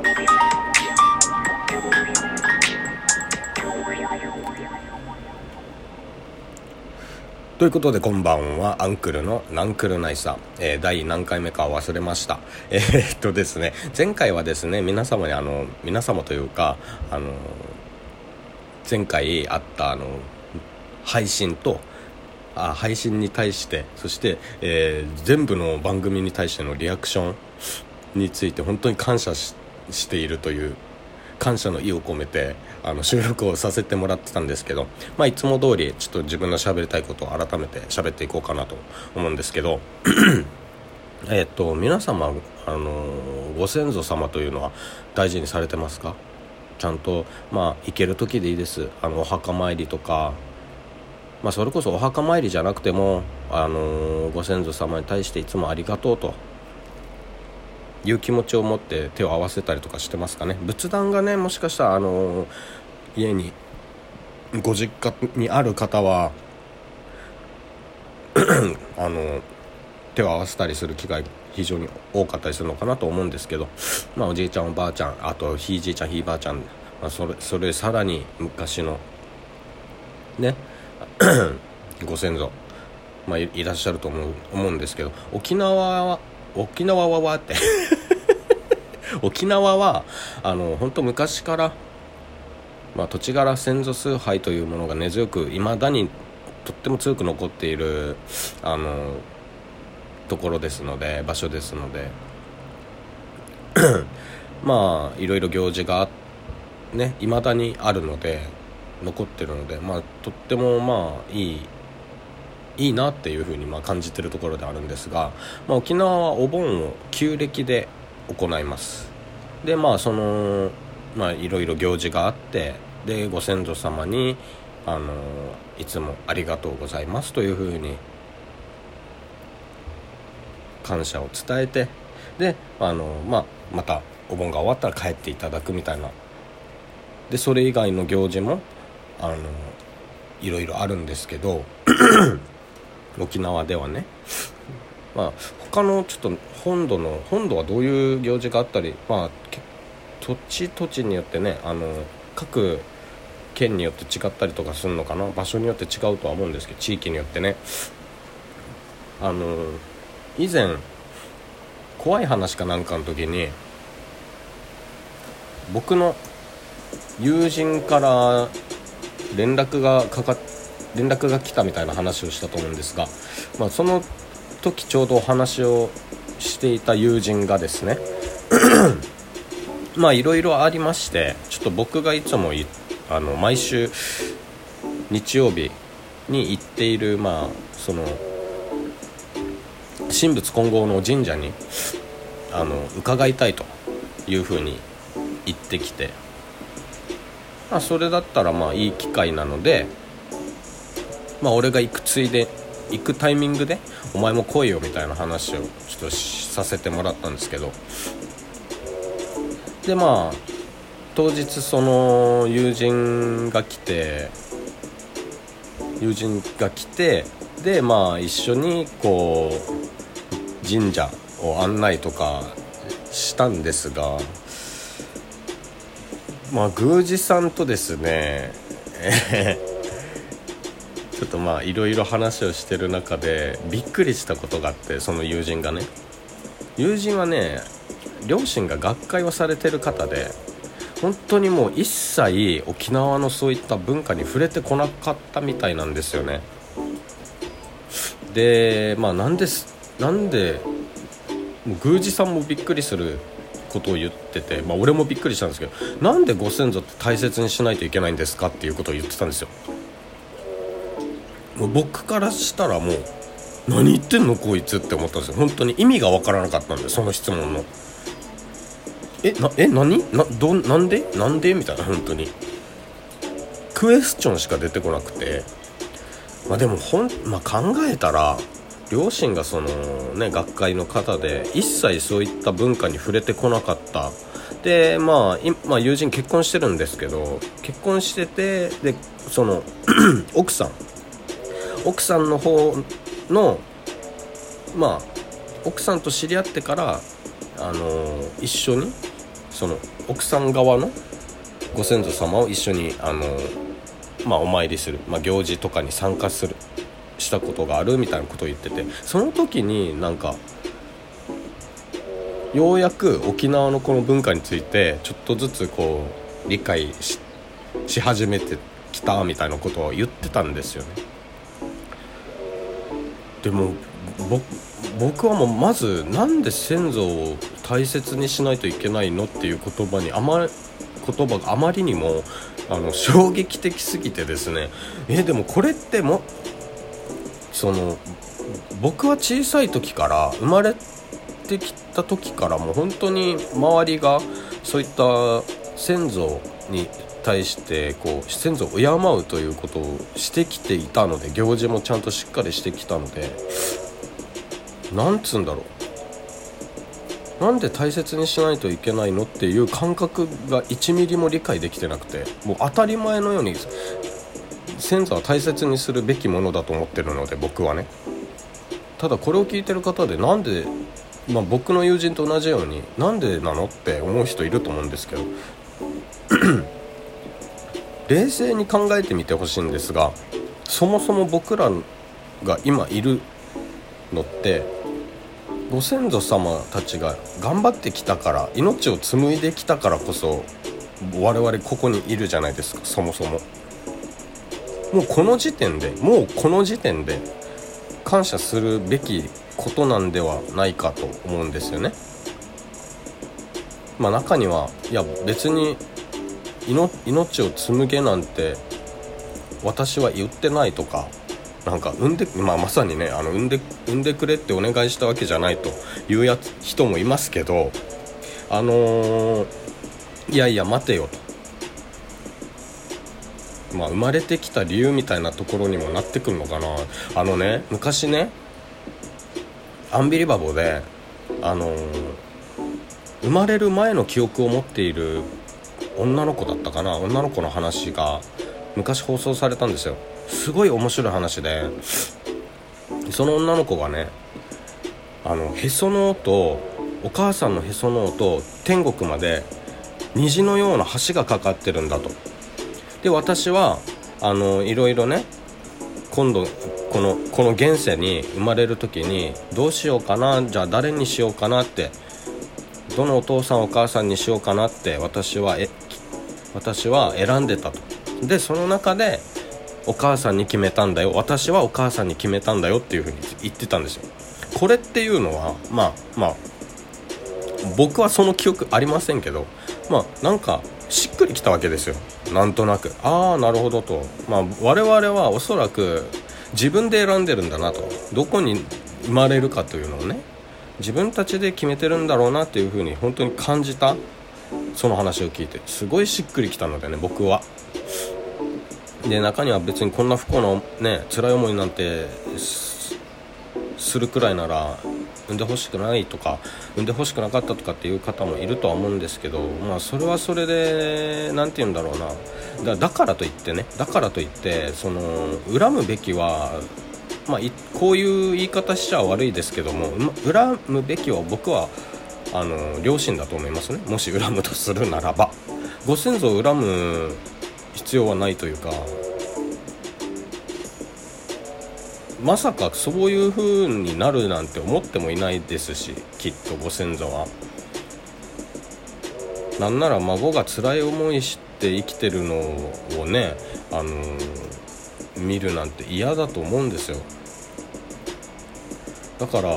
ということで、こんばんは。アンクルのナンクルナイサー、第何回目か忘れました。ですね、前回はですね、皆様というか前回あった配信に対して、そして、全部の番組に対してのリアクションについて本当に感謝しているという感謝の意を込めて収録をさせてもらってたんですけど、いつも通りちょっと自分の喋りたいことを改めて喋っていこうかなと思うんですけど皆様ご先祖様というのは大事にされてますか？ちゃんと行ける時でいいです。お墓参りとか、それこそお墓参りじゃなくてもご先祖様に対していつもありがとうという気持ちを持って手を合わせたりとかしてますかね。仏壇がね、もしかしたら家にご実家にある方は手を合わせたりする機会非常に多かったりするのかなと思うんですけど、おじいちゃんおばあちゃん、あとひいじいちゃんひいばあちゃん、それさらに昔のねご先祖、いらっしゃると思うんですけど、沖縄はって沖縄は本当昔から、土地柄先祖崇拝というものが根強く、未だにとっても強く残っているところですので、場所ですのでいろいろ行事がね、未だにあるので、残ってるので、とってもいいなっていうふうに感じてるところであるんですが、沖縄はお盆を旧暦で行います。でいろいろ行事があって、でご先祖様にいつもありがとうございますというふうに感謝を伝えて、でまたお盆が終わったら帰っていただくみたいな。でそれ以外の行事もいろいろあるんですけど沖縄ではね、他のちょっと本土はどういう行事があったり、土地によってね、各県によって違ったりとかするのかな、場所によって違うとは思うんですけど、地域によってね、以前怖い話かなんかの時に、僕の友人から連絡が来たみたいな話をしたと思うんですが、その時ちょうどお話をしていた友人がですねいろいろありまして、ちょっと僕がいつも毎週日曜日に行っているその神仏混合の神社に伺いたいというふうに言ってきて、それだったらいい機会なので、俺が行くタイミングでお前も来いよみたいな話をちょっとさせてもらったんですけど、で当日その友人が来て、で一緒にこう神社を案内とかしたんですが、宮司さんとですねちょっといろいろ話をしてる中でびっくりしたことがあって、その友人はね、両親が学会をされてる方で、本当にもう一切沖縄のそういった文化に触れてこなかったみたいなんですよね。でなんで宮司さんもびっくりすることを言ってて、俺もびっくりしたんですけど、なんでご先祖って大切にしないといけないんですかっていうことを言ってたんですよ。もう僕からしたらもう何言ってんのこいつって思ったんですよ。本当に意味がわからなかったんで、その質問のなんでみたいな、本当にクエスチョンしか出てこなくて、でも考えたら両親がそのね学会の方で一切そういった文化に触れてこなかった。で友人結婚してるんですけど、結婚してて、でその奥さんの方の奥さんと知り合ってから一緒にその奥さん側のご先祖様を一緒にお参りする、行事とかに参加したことがあるみたいなことを言ってて、その時になんかようやく沖縄のこの文化についてちょっとずつこう理解 し始めてきたみたいなことを言ってたんですよね。でも僕はもうまずなんで先祖を大切にしないといけないのっていう言葉があまりにも衝撃的すぎてですね。でもこれって僕は小さい時から生まれてきた時からもう本当に周りがそういった先祖に対して先祖を敬うということをしてきていたので、行事もちゃんとしっかりしてきたので、なんつうんだろう、なんで大切にしないといけないのっていう感覚が1ミリも理解できてなくて、もう当たり前のように先祖は大切にするべきものだと思ってるので、僕はね。ただこれを聞いてる方でなんで、僕の友人と同じようになんでなのって思う人いると思うんですけど冷静に考えてみてほしいんですが、そもそも僕らが今いるのってご先祖様たちが頑張ってきたから、命を紡いできたからこそ我々ここにいるじゃないですか。そもそももうこの時点で感謝するべきことなんではないかと思うんですよね。中にはいや別に命を紡げなんて私は言ってないとか、なんかまさにね産んでくれってお願いしたわけじゃないという人もいますけど、いや待てよと、生まれてきた理由みたいなところにもなってくるのかな。昔ねアンビリバボーで生まれる前の記憶を持っている女の子だったかな、女の子の話が昔放送されたんですよ。すごい面白い話で、その女の子がねへその緒とお母さんのへその緒と天国まで虹のような橋がかかってるんだと。で私はいろいろね、今度この現世に生まれる時にどうしようかな、じゃあ誰にしようかなって、どのお父さんお母さんにしようかなって私は選んでたと。でその中でお母さんに決めたんだよ、私はお母さんに決めたんだよっていう風に言ってたんですよ。これっていうのは僕はその記憶ありませんけど、なんかしっくりきたわけですよ。なんとなくなるほどと、我々はおそらく自分で選んでるんだなと、どこに生まれるかというのをね自分たちで決めてるんだろうなっていう風に本当に感じた。その話を聞いてすごいしっくりきたのでね、僕は。で中には別にこんな不幸なね辛い思いなんてするくらいなら産んでほしくないとか産んでほしくなかったとかっていう方もいるとは思うんですけど、それはそれでなんて言うんだろうな、だからといって恨むべきはこういう言い方しちゃ悪いですけども、恨むべきは僕は良心だと思いますね。もし恨むとするならばご先祖を恨む必要はないというか、まさかそういう風になるなんて思ってもいないですし、きっとご先祖はなんなら孫が辛い思いして生きてるのをね見るなんて嫌だと思うんですよ。だから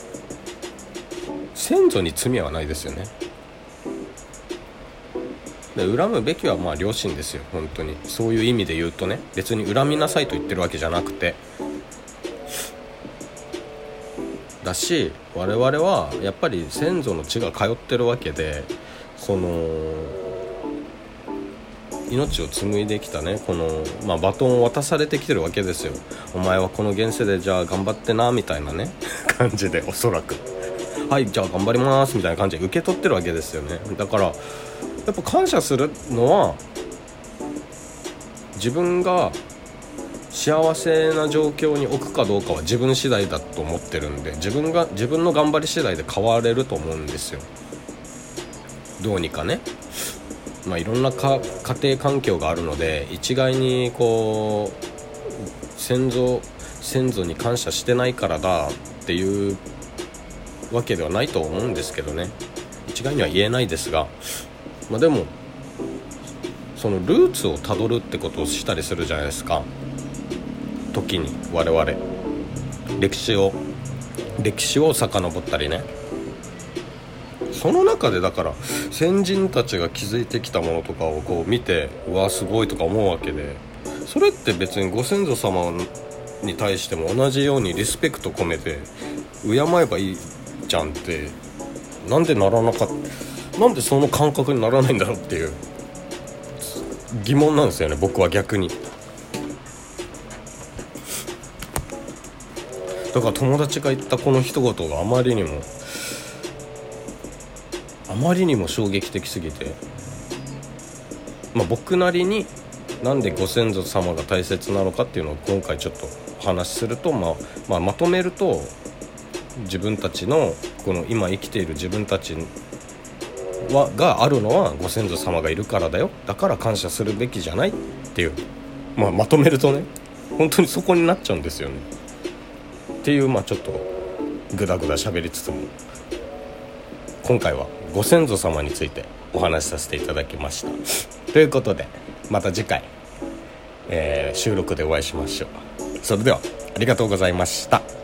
先祖に罪はないですよね。で恨むべきは良心ですよ。本当にそういう意味で言うとね、別に恨みなさいと言ってるわけじゃなくてだし、我々はやっぱり先祖の血が通ってるわけで、命を紡いできたねバトンを渡されてきてるわけですよ。お前はこの現世でじゃあ頑張ってなみたいなね感じで、おそらくはいじゃあ頑張りますみたいな感じで受け取ってるわけですよね。だからやっぱ感謝するのは自分が幸せな状況に置くかどうかは自分次第だと思ってるんで、自分の頑張り次第で変われると思うんですよ。 どうにかね、いろんな家庭環境があるので、一概にこう先祖に感謝してないからだっていうわけではないと思うんですけどね、一概には言えないですが、でもそのルーツをたどるってことをしたりするじゃないですか。時に我々歴史を遡ったりね。その中でだから先人たちが築いてきたものとかをこう見て、うわすごいとか思うわけで、それって別にご先祖様に対しても同じようにリスペクト込めて敬えばいいじゃんって、なんでその感覚にならないんだろうっていう疑問なんですよね、僕は逆に。だから友達が言ったこの一言があまりにも衝撃的すぎて、僕なりになんでご先祖様が大切なのかっていうのを今回ちょっとお話しすると、まとめると、自分たちのこの今生きている自分たちがあるのはご先祖様がいるからだよ、だから感謝するべきじゃないっていう、まとめるとね、本当にそこになっちゃうんですよねっていう、ちょっとグダグダ喋りつつも、今回はご先祖様についてお話しさせていただきましたということで、また次回、収録でお会いしましょう。それではありがとうございました。